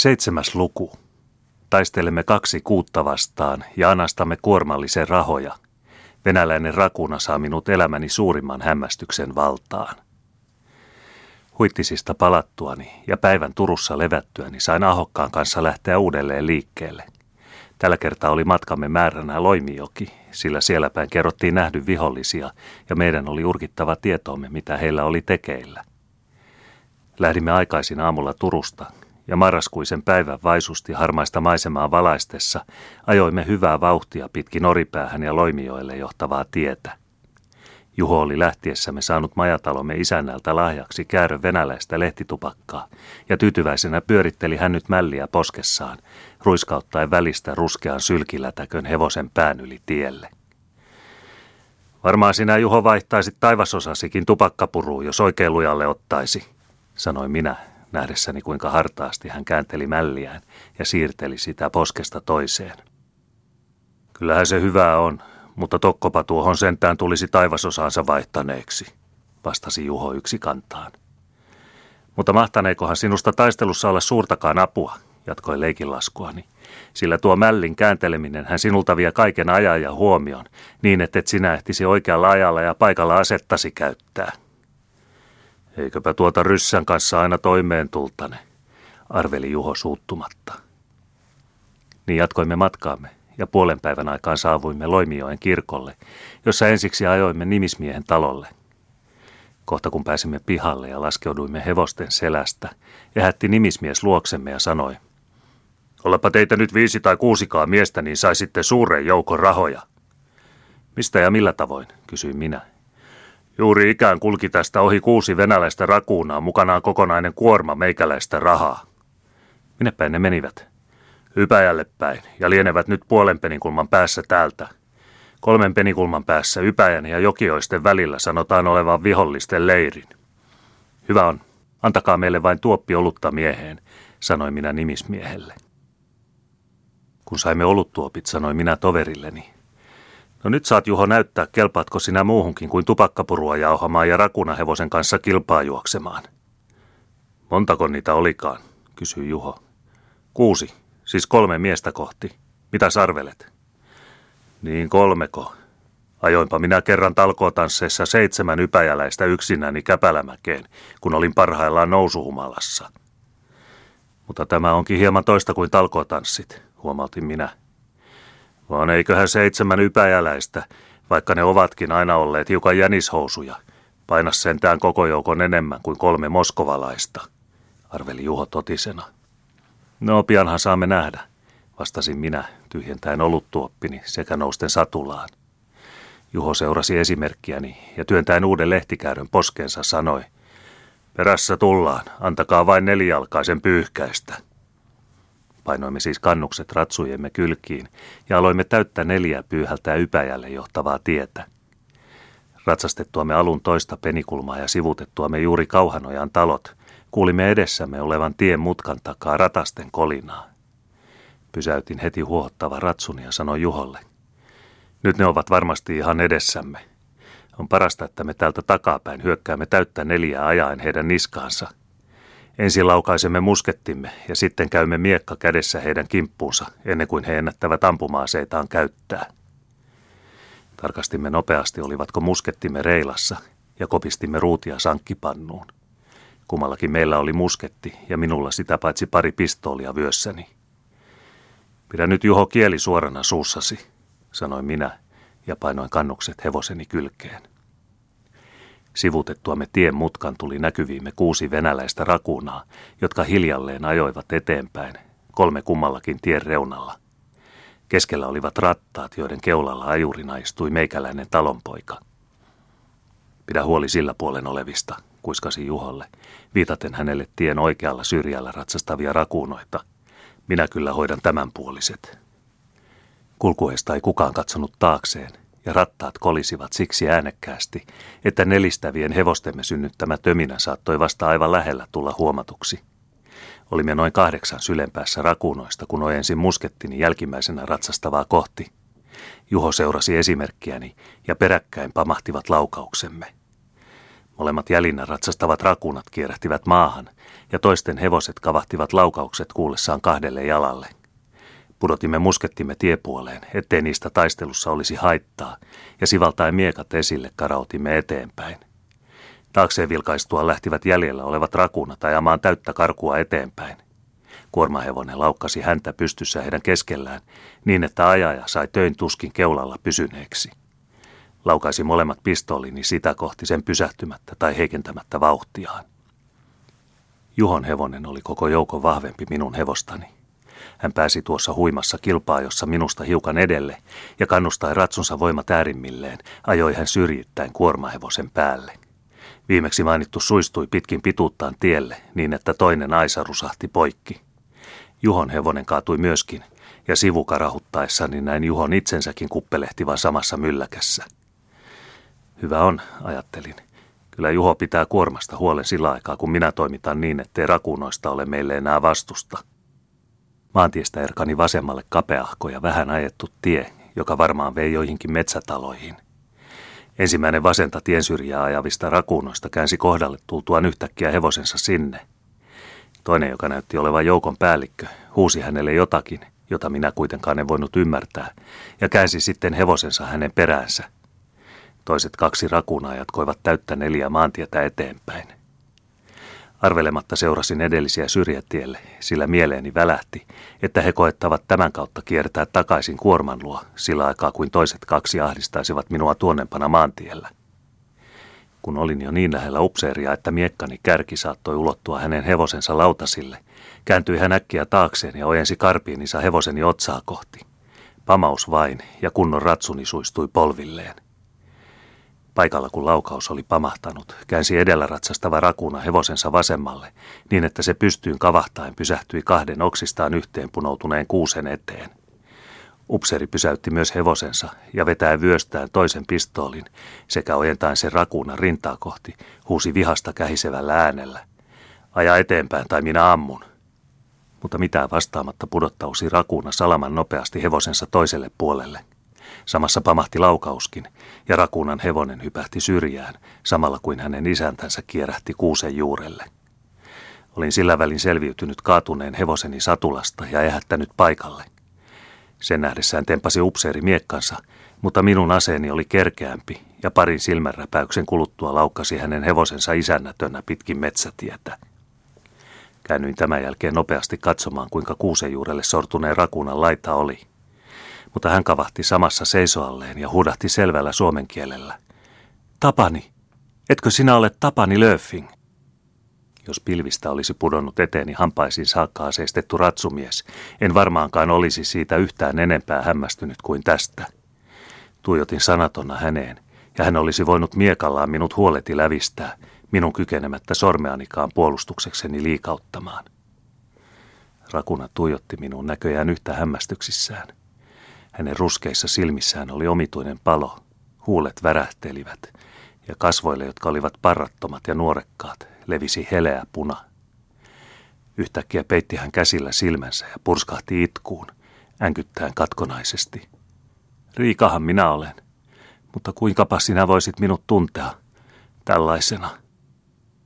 7. luku. Taistelemme 2 kuutta vastaan ja anastamme kuormallisen rahoja. Venäläinen rakuna saa minut elämäni suurimman hämmästyksen valtaan. Huittisista palattuani ja päivän Turussa levättyäni sain Ahokkaan kanssa lähteä uudelleen liikkeelle. Tällä kertaa oli matkamme määränä Loimijoki, sillä siellä päin kerrottiin nähdyn vihollisia ja meidän oli urkittava tietoomme, mitä heillä oli tekeillä. Lähdimme aikaisin aamulla Turusta ja marraskuisen päivän vaisusti harmaista maisemaa valaistessa ajoimme hyvää vauhtia pitkin Oripäähän ja Loimijoelle johtavaa tietä. Juho oli lähtiessämme saanut majatalomme isännältä lahjaksi käärön venäläistä lehtitupakkaa ja tyytyväisenä pyöritteli hän nyt mälliä poskessaan, ruiskauttaen välistä ruskean sylkilätäkön hevosen pään yli tielle. Varmaan sinä, Juho, vaihtaisit taivasosasikin tupakkapuruun, jos oikein lujalle ottaisi, sanoi minä, nähdessäni kuinka hartaasti hän käänteli mälliään ja siirteli sitä poskesta toiseen. Kyllähän se hyvää on, mutta tokkopa tuohon sentään tulisi taivasosaansa vaihtaneeksi, vastasi Juho yksikantaan. Mutta mahtaneekohan sinusta taistelussa olla suurtakaan apua, jatkoi leikinlaskuani, sillä tuo mällin käänteleminen hän sinulta vie kaiken ajan ja huomion, niin et sinä ehtisi oikealla ajalla ja paikalla asettasi käyttää. Eiköpä tuota ryssän kanssa aina toimeen tultane, arveli Juho suuttumatta. Niin jatkoimme matkaamme ja puolen päivän aikaan saavuimme Loimijoen kirkolle, jossa ensiksi ajoimme nimismiehen talolle. Kohta kun pääsimme pihalle ja laskeuduimme hevosten selästä, ehätti nimismies luoksemme ja sanoi: "Ollapa teitä nyt 5 tai 6 miestä, niin saisitte suuren joukon rahoja." "Mistä ja millä tavoin?" kysyin minä. "Juuri ikään kulki tästä ohi 6 venäläistä rakuunaa, mukanaan kokonainen kuorma meikäläistä rahaa." "Minne päin ne menivät?" "Ypäjälle päin, ja lienevät nyt 0,5 penikulman päässä täältä. 3 penikulman päässä Ypäjän ja Jokioisten välillä sanotaan olevan vihollisten leirin." "Hyvä on, antakaa meille vain tuoppi olutta mieheen", sanoi minä nimismiehelle. Kun saimme oluttuopit, sanoi minä toverilleni: "No nyt saat, Juho, näyttää, kelpaatko sinä muuhunkin kuin tupakkapurua jauhamaan ja rakunahevosen kanssa kilpaa juoksemaan." "Montako niitä olikaan?" kysyi Juho. 6, siis 3 miestä kohti. Mitä arvelet?" "Niin 3. Ajoinpa minä kerran talkootansseissa 7 ypäjäläistä yksinäni Käpälämäkeen, kun olin parhaillaan nousuhumalassa." "Mutta tämä onkin hieman toista kuin talkootanssit", huomautin minä. "Vaan eiköhän 7 ypäjäläistä, vaikka ne ovatkin aina olleet hiukan jänishousuja, paina sentään koko joukon enemmän kuin 3 moskovalaista", arveli Juho totisena. "No, pianhan saamme nähdä", vastasin minä, tyhjentäen oluttuoppini sekä nousten satulaan. Juho seurasi esimerkkiäni ja työntäen uuden lehtikäärön poskeensa sanoi: "Perässä tullaan, antakaa vain 4-jalkaisen pyyhkäistä." Painoimme siis kannukset ratsujemme kylkiin ja aloimme täyttää 4 pyyhältää Ypäjälle johtavaa tietä. Ratsastettuamme alun toista penikulmaa ja sivutettuamme juuri Kauhanojan talot, kuulimme edessämme olevan tien mutkan takaa ratasten kolinaa. Pysäytin heti huohottavan ratsuni ja sanoin Juholle: "Nyt ne ovat varmasti ihan edessämme. On parasta, että me täältä takapäin hyökkäämme täyttä 4 ajaen heidän niskaansa. Ensin laukaisemme muskettimme ja sitten käymme miekka kädessä heidän kimppuunsa, ennen kuin he ennättävät ampuma-aseitaan käyttää." Tarkastimme nopeasti, olivatko muskettimme reilassa, ja kopistimme ruutia sankkipannuun. Kummallakin meillä oli musketti ja minulla sitä paitsi pari pistoolia vyössäni. "Pidä nyt, Juho, kieli suorana suussasi", sanoin minä ja painoin kannukset hevoseni kylkeen. Sivutettuamme tien mutkan tuli näkyviimme 6 venäläistä rakuunaa, jotka hiljalleen ajoivat eteenpäin, 3 kummallakin tien reunalla. Keskellä olivat rattaat, joiden keulalla ajurina istui meikäläinen talonpoika. "Pidä huoli sillä puolen olevista", kuiskasi Juholle, viitaten hänelle tien oikealla syrjällä ratsastavia rakuunoita. "Minä kyllä hoidan tämänpuoliset." Kulkueesta ei kukaan katsonut taakseen, ja rattaat kolisivat siksi äänekkäästi, että nelistävien hevostemme synnyttämä töminä saattoi vasta aivan lähellä tulla huomatuksi. Olimme noin 8 sylen päässä rakuunoista, kun ojensin muskettini jälkimmäisenä ratsastavaa kohti. Juho seurasi esimerkkiäni, ja peräkkäin pamahtivat laukauksemme. Molemmat jäljinä ratsastavat rakunat kierrähtivät maahan, ja toisten hevoset kavahtivat laukaukset kuullessaan kahdelle jalalle. Pudotimme muskettimme tiepuoleen, ettei niistä taistelussa olisi haittaa, ja sivaltaen miekat esille karautimme eteenpäin. Taakseen vilkaistua lähtivät jäljellä olevat rakunat ajamaan täyttä karkua eteenpäin. Kuormahevonen laukkasi häntä pystyssä heidän keskellään, niin että ajaja sai töin tuskin keulalla pysyneeksi. Laukaisi molemmat pistoolini sitä kohti sen pysähtymättä tai heikentämättä vauhtiaan. Juhon hevonen oli koko joukon vahvempi minun hevostani. Hän pääsi tuossa huimassa kilpaajossa minusta hiukan edelle, ja kannustain ratsunsa voimat äärimmilleen, ajoi hän syrjittäin kuormahevosen päälle. Viimeksi mainittu suistui pitkin pituuttaan tielle, niin että toinen aisa rusahti poikki. Juhon hevonen kaatui myöskin, ja sivukarahuttaessani näin Juhon itsensäkin kuppelehtivan samassa mylläkässä. Hyvä on, ajattelin. Kyllä Juho pitää kuormasta huolen sillä aikaa, kun minä toimitan niin, ettei rakunoista ole meille enää vastusta. Maantiestä erkani vasemmalle kapeahko ja vähän ajettu tie, joka varmaan vei joihinkin metsätaloihin. Ensimmäinen vasenta tien syrjää ajavista rakuunoista käänsi kohdalle tultuaan yhtäkkiä hevosensa sinne. Toinen, joka näytti olevan joukon päällikkö, huusi hänelle jotakin, jota minä kuitenkaan en voinut ymmärtää, ja käänsi sitten hevosensa hänen peräänsä. Toiset kaksi rakuunaa jatkoivat täyttä 4 maantietä eteenpäin. Arvelematta seurasin edellisiä syrjätielle, sillä mieleeni välähti, että he koettavat tämän kautta kiertää takaisin kuorman luo, sillä aikaa kuin toiset 2 ahdistaisivat minua tuonnempana maantiellä. Kun olin jo niin lähellä upseeria, että miekkani kärki saattoi ulottua hänen hevosensa lautasille, kääntyi hän äkkiä taakseen ja ojensi karpiininsa hevoseni otsaa kohti. Pamaus vain, ja kunnon ratsuni suistui polvilleen. Paikalla kun laukaus oli pamahtanut, käänsi edellä ratsastava rakuna hevosensa vasemmalle, niin että se pystyyn kavahtaen pysähtyi 2 oksistaan yhteen punoutuneen kuusen eteen. Upseeri pysäytti myös hevosensa ja vetäen vyöstään toisen pistoolin sekä ojentaen sen rakuunan rintaa kohti, huusi vihasta kähisevällä äänellä. Aja eteenpäin tai minä ammun. Mutta mitään vastaamatta pudottausi rakuuna salaman nopeasti hevosensa toiselle puolelle. Samassa pamahti laukauskin, ja rakuunan hevonen hypähti syrjään, samalla kuin hänen isäntänsä kierähti kuusen juurelle. Olin sillä välin selviytynyt kaatuneen hevoseni satulasta ja ehättänyt paikalle. Sen nähdessään tempasi upseeri miekkansa, mutta minun aseeni oli kerkeämpi, ja parin silmänräpäyksen kuluttua laukkasi hänen hevosensa isännätönnä pitkin metsätietä. Käännyin tämän jälkeen nopeasti katsomaan, kuinka kuusen juurelle sortuneen rakuunan laita oli. Mutta hän kavahti samassa seisoalleen ja huudahti selvällä suomen kielellä. Tapani! Etkö sinä ole Tapani Löfing? Jos pilvistä olisi pudonnut eteeni hampaisiin saakka aseistettu ratsumies, en varmaankaan olisi siitä yhtään enempää hämmästynyt kuin tästä. Tuijotin sanatonna häneen, ja hän olisi voinut miekallaan minut huoleti lävistää, minun kykenemättä sormeanikaan puolustuksekseni liikauttamaan. Rakuna tuijotti minun näköjään yhtä hämmästyksissään. Hänen ruskeissa silmissään oli omituinen palo, huulet värähtelivät, ja kasvoille, jotka olivat parrattomat ja nuorekkaat, levisi heleä puna. Yhtäkkiä peitti hän käsillä silmänsä ja purskahti itkuun, änkyttäen katkonaisesti. Riikahan minä olen, mutta kuinkapa sinä voisit minut tuntea tällaisena?